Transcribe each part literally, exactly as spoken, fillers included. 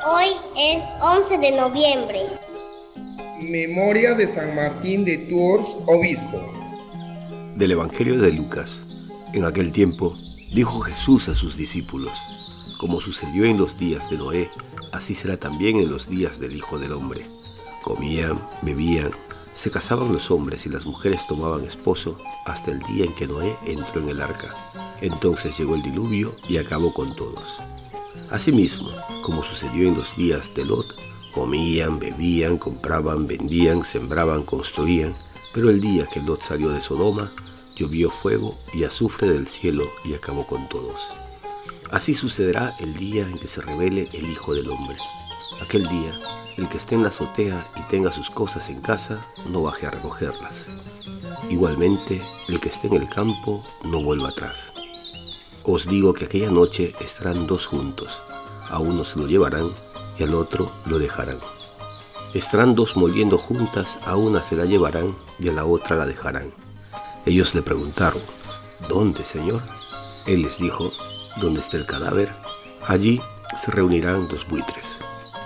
Hoy es once de noviembre. Memoria de San Martín de Tours, obispo. Del Evangelio de Lucas. En aquel tiempo dijo Jesús a sus discípulos: como sucedió en los días de Noé, así será también en los días del Hijo del Hombre. Comían, bebían, se casaban los hombres y las mujeres tomaban esposo hasta el día en que Noé entró en el arca. Entonces llegó el diluvio y acabó con todos. Asimismo, como sucedió en los días de Lot, comían, bebían, compraban, vendían, sembraban, construían, pero el día que Lot salió de Sodoma, llovió fuego y azufre del cielo y acabó con todos. Así sucederá el día en que se revele el Hijo del Hombre. Aquel día, el que esté en la azotea y tenga sus cosas en casa, no baje a recogerlas. Igualmente, el que esté en el campo, no vuelva atrás. Os digo que aquella noche estarán dos juntos, a uno se lo llevarán y al otro lo dejarán. Estarán dos moliendo juntas, a una se la llevarán y a la otra la dejarán. Ellos le preguntaron: ¿dónde, Señor? Él les dijo: ¿dónde está el cadáver? Allí se reunirán los buitres.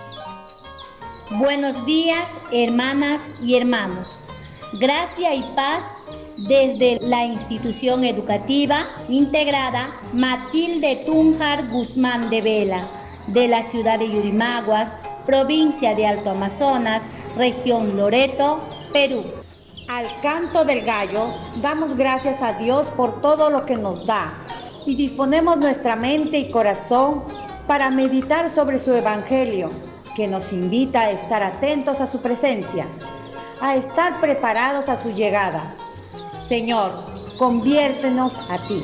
Buenos días, hermanas y hermanos. Gracia y paz desde la institución educativa integrada Matilde Túnjar Guzmán de Vela, de la ciudad de Yurimaguas, provincia de Alto Amazonas, región Loreto, Perú. Al canto del gallo, damos gracias a Dios por todo lo que nos da y disponemos nuestra mente y corazón para meditar sobre su evangelio, que nos invita a estar atentos a su presencia, a estar preparados a su llegada. Señor, conviértenos a ti.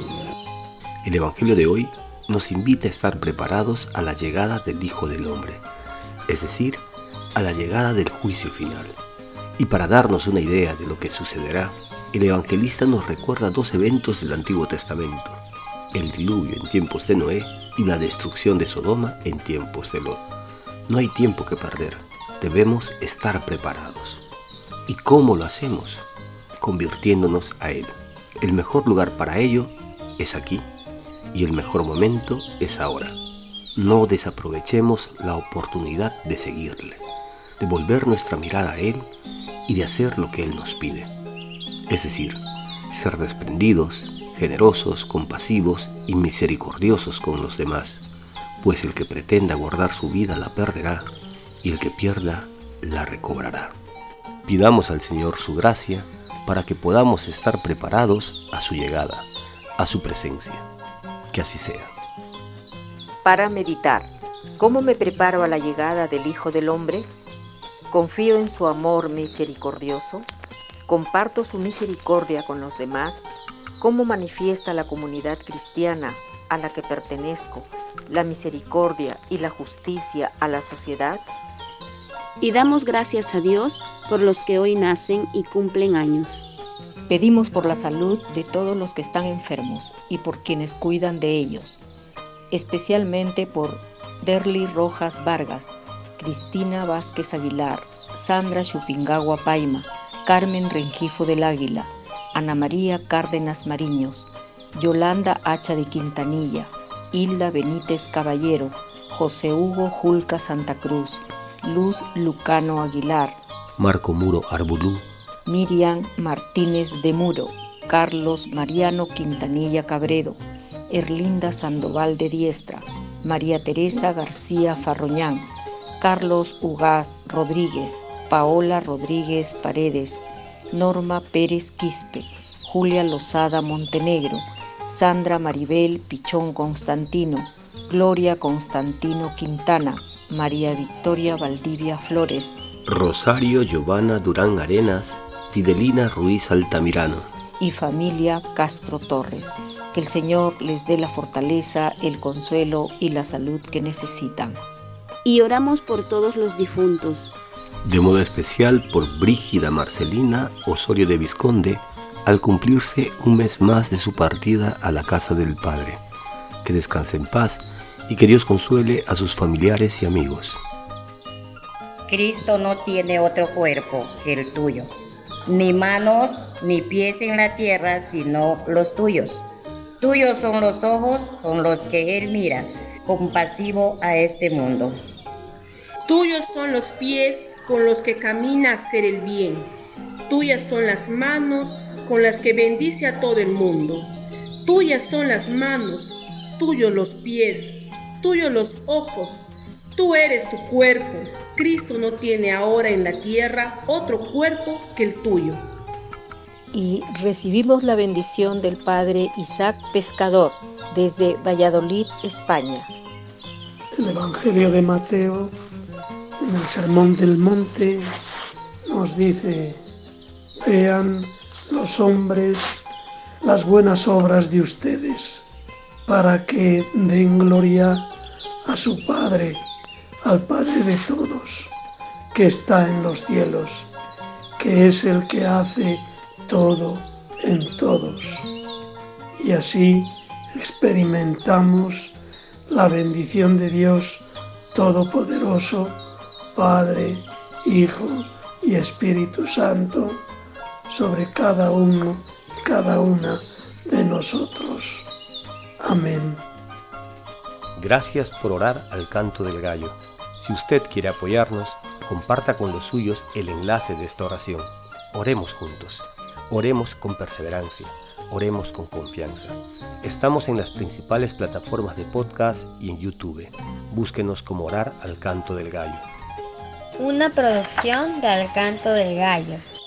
El Evangelio de hoy nos invita a estar preparados a la llegada del Hijo del Hombre, es decir, a la llegada del juicio final. Y para darnos una idea de lo que sucederá, el evangelista nos recuerda dos eventos del Antiguo Testamento: el diluvio en tiempos de Noé y la destrucción de Sodoma en tiempos de Lot. No hay tiempo que perder, debemos estar preparados. ¿Y cómo lo hacemos? Convirtiéndonos a Él. El mejor lugar para ello es aquí, y el mejor momento es ahora. No desaprovechemos la oportunidad de seguirle, de volver nuestra mirada a Él y de hacer lo que Él nos pide. Es decir, ser desprendidos, generosos, compasivos y misericordiosos con los demás, pues el que pretenda guardar su vida la perderá y el que pierda la recobrará. Pidamos al Señor su gracia para que podamos estar preparados a su llegada, a su presencia. Que así sea. Para meditar, ¿cómo me preparo a la llegada del Hijo del Hombre? ¿Confío en su amor misericordioso? ¿Comparto su misericordia con los demás? ¿Cómo manifiesta la comunidad cristiana a la que pertenezco la misericordia y la justicia a la sociedad? Y damos gracias a Dios por los que hoy nacen y cumplen años. Pedimos por la salud de todos los que están enfermos y por quienes cuidan de ellos, especialmente por Derly Rojas Vargas, Cristina Vázquez Aguilar, Sandra Chupingagua Paima, Carmen Rengifo del Águila, Ana María Cárdenas Mariños, Yolanda Hacha de Quintanilla, Hilda Benítez Caballero, José Hugo Julca Santa Cruz, Luz Lucano Aguilar, Marco Muro Arbulú, Miriam Martínez de Muro, Carlos Mariano Quintanilla Cabredo, Erlinda Sandoval de Diestra, María Teresa García Farroñán, Carlos Ugaz Rodríguez, Paola Rodríguez Paredes, Norma Pérez Quispe, Julia Lozada Montenegro, Sandra Maribel Pichón Constantino, Gloria Constantino Quintana, María Victoria Valdivia Flores, Rosario Giovanna Durán Arenas, Fidelina Ruiz Altamirano y familia Castro Torres. Que el Señor les dé la fortaleza, el consuelo y la salud que necesitan. Y oramos por todos los difuntos. De modo especial por Brígida Marcelina Osorio de Vizconde, al cumplirse un mes más de su partida a la casa del Padre. Que descanse en paz y que Dios consuele a sus familiares y amigos. Cristo no tiene otro cuerpo que el tuyo, ni manos ni pies en la tierra, sino los tuyos. Tuyos son los ojos con los que Él mira, compasivo a este mundo. Tuyos son los pies con los que camina a hacer el bien. Tuyas son las manos con las que bendice a todo el mundo. Tuyas son las manos, tuyos los pies, tuyos los ojos. Tú eres su cuerpo. Cristo no tiene ahora en la tierra otro cuerpo que el tuyo. Y recibimos la bendición del Padre Isaac Pescador desde Valladolid, España. El Evangelio de Mateo, en el Sermón del Monte, nos dice: vean los hombres las buenas obras de ustedes, para que den gloria a su Padre, al Padre de todos, que está en los cielos, que es el que hace todo en todos. Y así experimentamos la bendición de Dios Todopoderoso, Padre, Hijo y Espíritu Santo, sobre cada uno y cada una de nosotros. Amén. Gracias por orar al canto del gallo. Si usted quiere apoyarnos, comparta con los suyos el enlace de esta oración. Oremos juntos. Oremos con perseverancia. Oremos con confianza. Estamos en las principales plataformas de podcast y en YouTube. Búsquenos como Orar al Canto del Gallo. Una producción de Al Canto del Gallo.